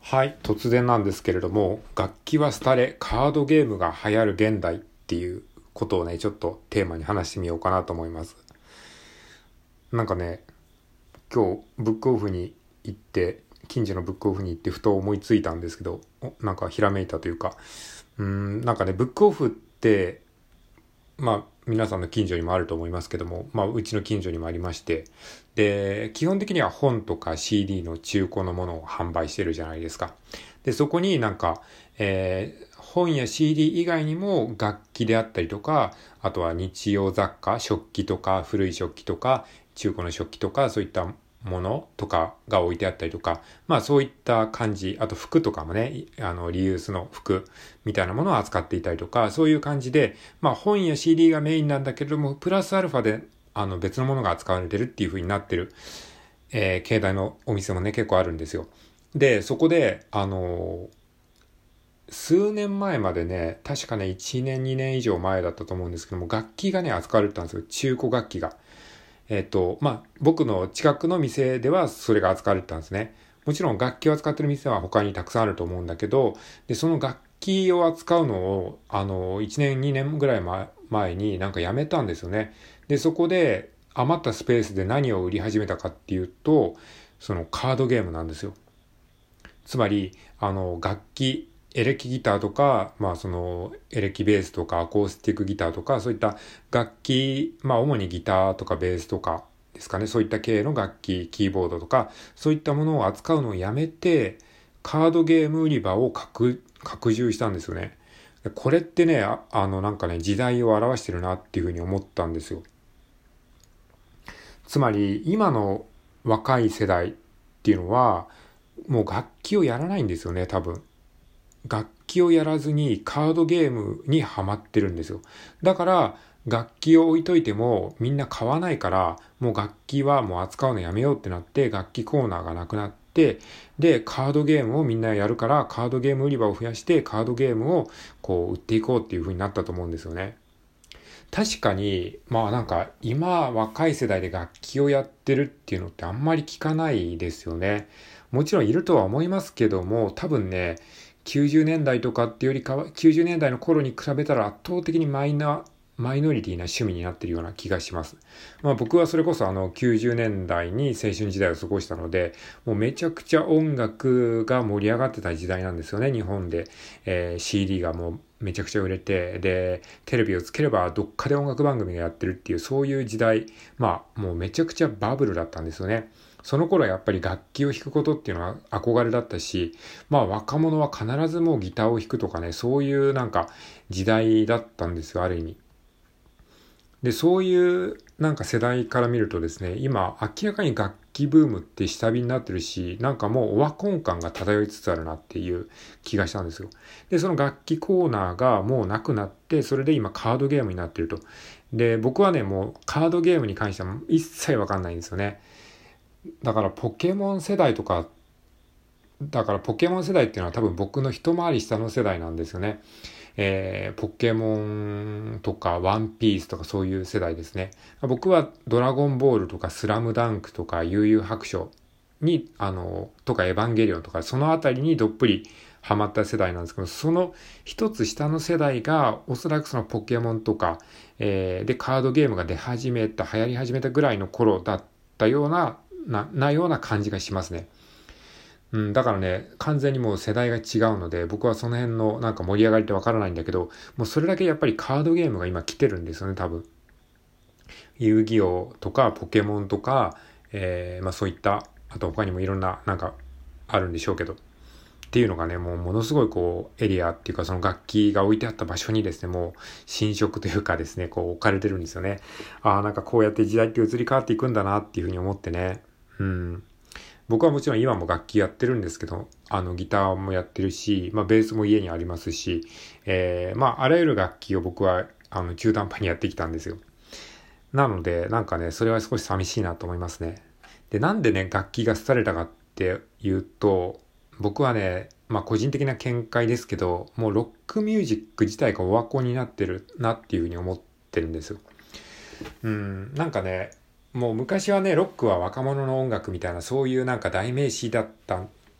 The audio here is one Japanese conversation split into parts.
はい、突然なんですけれども、楽器は廃れ、カードゲームが流行る現代っていうことをね、ちょっとテーマに話してみようかなと思います。なんかね、今日ブックオフに行って、近所のブックオフに行ってふと思いついたんですけど、なんかひらめいたというか、なんかね、ブックオフって、皆さんの近所にもあると思いますけども、うちの近所にもありまして、で、基本的には本とか CD の中古のものを販売してるじゃないですか。で、そこになんか、本や CD 以外にも楽器であったりとか、あとは日用雑貨、食器とか古い食器とか、中古の食器とか、そういったものとかが置いてあったりとか、そういった感じ、あと服とかもね、リユースの服みたいなものを扱っていたりとか、そういう感じで、本や CD がメインなんだけれども、プラスアルファで、別のものが扱われてるっていう風になってる、境内のお店もね、結構あるんですよ。で、そこで、数年前までね、確かね、1年、2年以上前だったと思うんですけども、楽器がね、扱われてたんですよ。中古楽器が。僕の近くの店ではそれが扱われてたんですね。もちろん楽器を扱ってる店は他にたくさんあると思うんだけど、で、その楽器を扱うのを、1年、2年ぐらい前になんかやめたんですよね。で、そこで余ったスペースで何を売り始めたかっていうと、そのカードゲームなんですよ。つまり、楽器、エレキギターとか、エレキベースとか、アコースティックギターとか、そういった楽器、主にギターとかベースとかですかね、そういった系の楽器、キーボードとか、そういったものを扱うのをやめて、カードゲーム売り場を拡充したんですよね。これってね、なんかね、時代を表してるなっていうふうに思ったんですよ。つまり、今の若い世代っていうのは、もう楽器をやらないんですよね、多分。楽器をやらずにカードゲームにハマってるんですよ。だから、楽器を置いといてもみんな買わないから、もう楽器はもう扱うのやめようってなって、楽器コーナーがなくなって、で、カードゲームをみんなやるから、カードゲーム売り場を増やして、カードゲームをこう売っていこうっていう風になったと思うんですよね。確かに、なんか今若い世代で楽器をやってるっていうのってあんまり聞かないですよね。もちろんいるとは思いますけども、多分ね、90年代とかっていうよりかは、90年代の頃に比べたら圧倒的にマイノリティな趣味になっているような気がします。僕はそれこそ90年代に青春時代を過ごしたので、もうめちゃくちゃ音楽が盛り上がってた時代なんですよね、日本で。CD がもうめちゃくちゃ売れて、で、テレビをつければどっかで音楽番組がやってるっていう、そういう時代、もうめちゃくちゃバブルだったんですよね。その頃はやっぱり楽器を弾くことっていうのは憧れだったし、若者は必ずもうギターを弾くとかね、そういうなんか時代だったんですよ、ある意味。で、そういうなんか世代から見るとですね、今明らかに楽器ブームって下火になってるし、なんかもうオワコン感が漂いつつあるなっていう気がしたんですよ。で、その楽器コーナーがもうなくなって、それで今カードゲームになってると。で、僕はね、もうカードゲームに関しては一切わかんないんですよね。だからポケモン世代とか、だからポケモン世代っていうのは多分僕の一回り下の世代なんですよね。ポケモンとかワンピースとかそういう世代ですね。僕はドラゴンボールとかスラムダンクとか悠々白書に、とかエヴァンゲリオンとかそのあたりにどっぷりハマった世代なんですけど、その一つ下の世代がおそらくそのポケモンとか、でカードゲームが流行り始めたぐらいの頃だったようなような感じがしますね。だからね、完全にもう世代が違うので、僕はその辺のなんか盛り上がりってわからないんだけど、もうそれだけやっぱりカードゲームが今来てるんですよね、多分。遊戯王とかポケモンとか、そういった、あと他にもいろんななんかあるんでしょうけど、っていうのがね、もうものすごいこうエリアっていうかその楽器が置いてあった場所にですね、もう新色というかですね、こう置かれてるんですよね。なんかこうやって時代って移り変わっていくんだなっていうふうに思ってね。僕はもちろん今も楽器やってるんですけど、ギターもやってるし、ベースも家にありますし、あらゆる楽器を僕は、中途半端にやってきたんですよ。なので、なんかね、それは少し寂しいなと思いますね。で、なんでね、楽器が廃れたかっていうと、僕はね、個人的な見解ですけど、もうロックミュージック自体がオワコンになってるなっていうふうに思ってるんですよ。なんかね、もう昔はね、ロックは若者の音楽みたいな、そういうなんか代名詞だった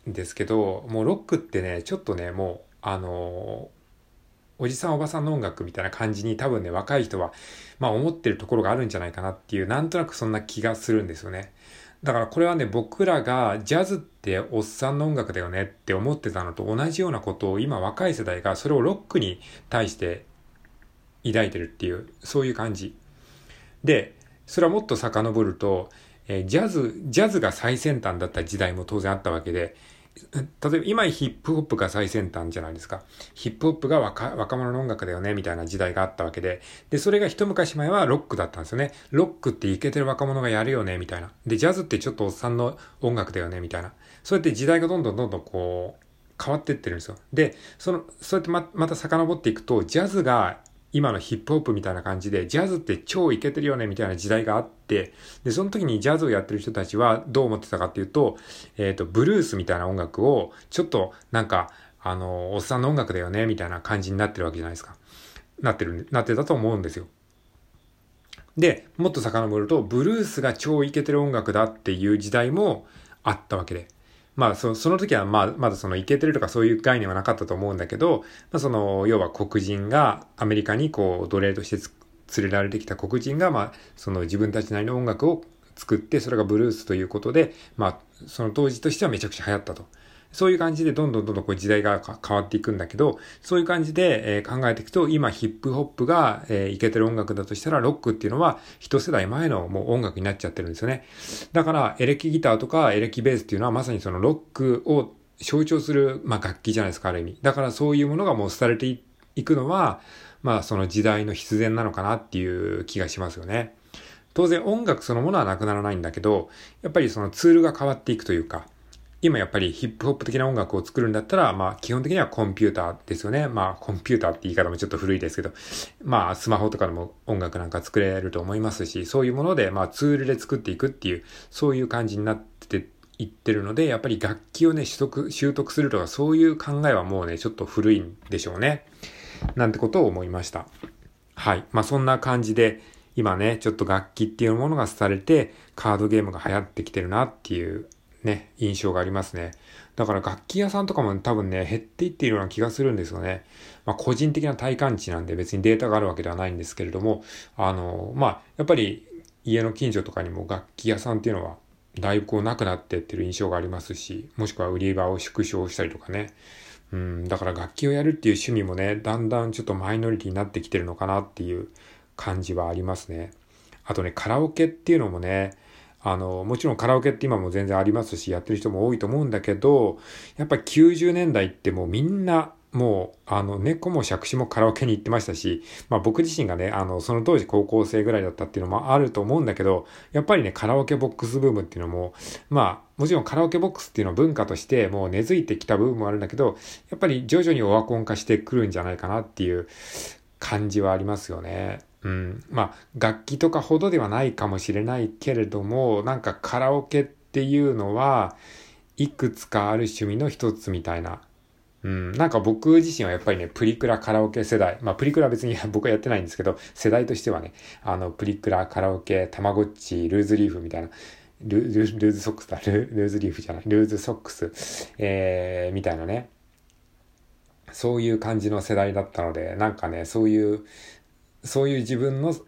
んですけど、もうロックってね、ちょっとね、もう、おじさんおばさんの音楽みたいな感じに多分ね、若い人は、まあ思ってるところがあるんじゃないかなっていう、なんとなくそんな気がするんですよね。だからこれはね、僕らがジャズっておっさんの音楽だよねって思ってたのと同じようなことを今若い世代がそれをロックに対して抱いてるっていう、そういう感じ。で、それはもっと遡ると、ジャズが最先端だった時代も当然あったわけで、例えば今ヒップホップが最先端じゃないですか。ヒップホップが若者の音楽だよねみたいな時代があったわけで、で、それが一昔前はロックだったんですよね。ロックってイケてる若者がやるよねみたいな。で、ジャズってちょっとおっさんの音楽だよねみたいな。そうやって時代がどんどんこう変わっていってるんですよ。で、そうやってまた遡っていくと、ジャズが今のヒップホップみたいな感じで、ジャズって超イケてるよねみたいな時代があって、で、その時にジャズをやってる人たちはどう思ってたかっていうと、ブルースみたいな音楽を、ちょっとなんか、おっさんの音楽だよねみたいな感じになってるわけじゃないですか。なってたと思うんですよ。で、もっと遡ると、ブルースが超イケてる音楽だっていう時代もあったわけで。まあ、その時は、まだそのイケてるとかそういう概念はなかったと思うんだけど、まあ、要は黒人がアメリカにこう、奴隷として連れられてきた黒人が、まあ、その自分たちなりの音楽を作って、それがブルースということで、まあ、その当時としてはめちゃくちゃ流行ったと。そういう感じでどんどんこう時代が変わっていくんだけど、そういう感じで、考えていくと、今ヒップホップが、イケてる音楽だとしたら、ロックっていうのは一世代前のもう音楽になっちゃってるんですよね。だから、エレキギターとかエレキベースっていうのはまさにそのロックを象徴する、まあ、楽器じゃないですか、ある意味。だからそういうものがもう廃れていくのは、まあその時代の必然なのかなっていう気がしますよね。当然音楽そのものはなくならないんだけど、やっぱりそのツールが変わっていくというか、今やっぱりヒップホップ的な音楽を作るんだったら、まあ基本的にはコンピューターですよね。まあコンピューターって言い方もちょっと古いですけど、まあスマホとかでも音楽なんか作れると思いますし、そういうものでまあツールで作っていくっていう、そういう感じになっていってるので、やっぱり楽器をね、習得するとかそういう考えはもうね、ちょっと古いんでしょうね。なんてことを思いました。はい。まあそんな感じで、今ね、ちょっと楽器っていうものが廃れて、カードゲームが流行ってきてるなっていうね、印象がありますね。だから楽器屋さんとかも多分ね、減っていっているような気がするんですよね。まあ個人的な体感値なんで別にデータがあるわけではないんですけれども、まあやっぱり家の近所とかにも楽器屋さんっていうのはだいぶこうなくなってってる印象がありますし、もしくは売り場を縮小したりとかね。だから楽器をやるっていう趣味もね、だんだんちょっとマイノリティになってきてるのかなっていう感じはありますね。あとね、カラオケっていうのもね、もちろんカラオケって今も全然ありますし、やってる人も多いと思うんだけど、やっぱり90年代ってもうみんな、もう、猫も杓子もカラオケに行ってましたし、まあ僕自身がね、その当時高校生ぐらいだったっていうのもあると思うんだけど、やっぱりね、カラオケボックスブームっていうのも、まあ、もちろんカラオケボックスっていうのは文化としてもう根付いてきた部分もあるんだけど、やっぱり徐々にオワコン化してくるんじゃないかなっていう感じはありますよね。まあ、楽器とかほどではないかもしれないけれども、なんかカラオケっていうのは、いくつかある趣味の一つみたいな。なんか僕自身はやっぱりね、プリクラカラオケ世代。まあ、プリクラは別に僕はやってないんですけど、世代としてはね、プリクラカラオケ、たまごっち、ルーズリーフみたいな、ルーズソックスだ、ルーズリーフじゃない、ルーズソックス、みたいなね。そういう感じの世代だったので、なんかね、そういう自分の、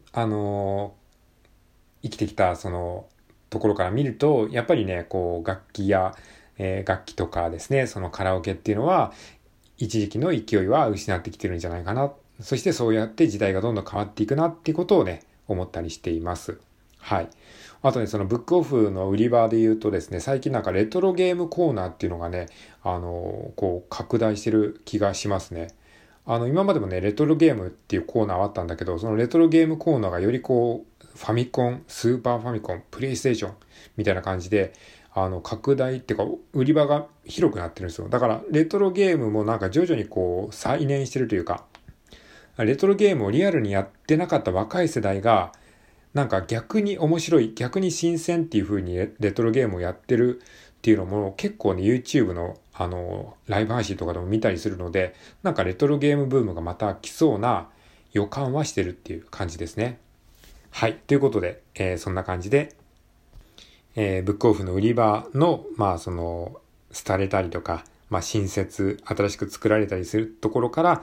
生きてきた、ところから見ると、やっぱりね、こう、楽器とかですね、そのカラオケっていうのは、一時期の勢いは失ってきてるんじゃないかな。そしてそうやって時代がどんどん変わっていくなっていうことをね、思ったりしています。はい。あとね、そのブックオフの売り場で言うとですね、最近なんかレトロゲームコーナーっていうのがね、こう、拡大してる気がしますね。今までもね、レトロゲームっていうコーナーはあったんだけど、そのレトロゲームコーナーがよりこう、ファミコン、スーパーファミコン、プレイステーションみたいな感じで、拡大っていうか、売り場が広くなってるんですよ。だから、レトロゲームもなんか徐々にこう、再燃してるというか、レトロゲームをリアルにやってなかった若い世代が、なんか逆に面白い、逆に新鮮っていう風にレトロゲームをやってるっていうのも結構ね、YouTube のライブ配信とかでも見たりするので、なんかレトロゲームブームがまた来そうな予感はしてるっていう感じですね。はい。ということで、そんな感じで、ブックオフの売り場の、まあ廃れたりとか、新しく作られたりするところから、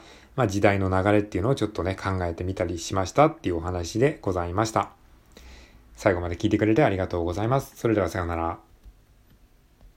時代の流れっていうのをちょっとね、考えてみたりしましたっていうお話でございました。最後まで聞いてくれてありがとうございます。それではさようなら。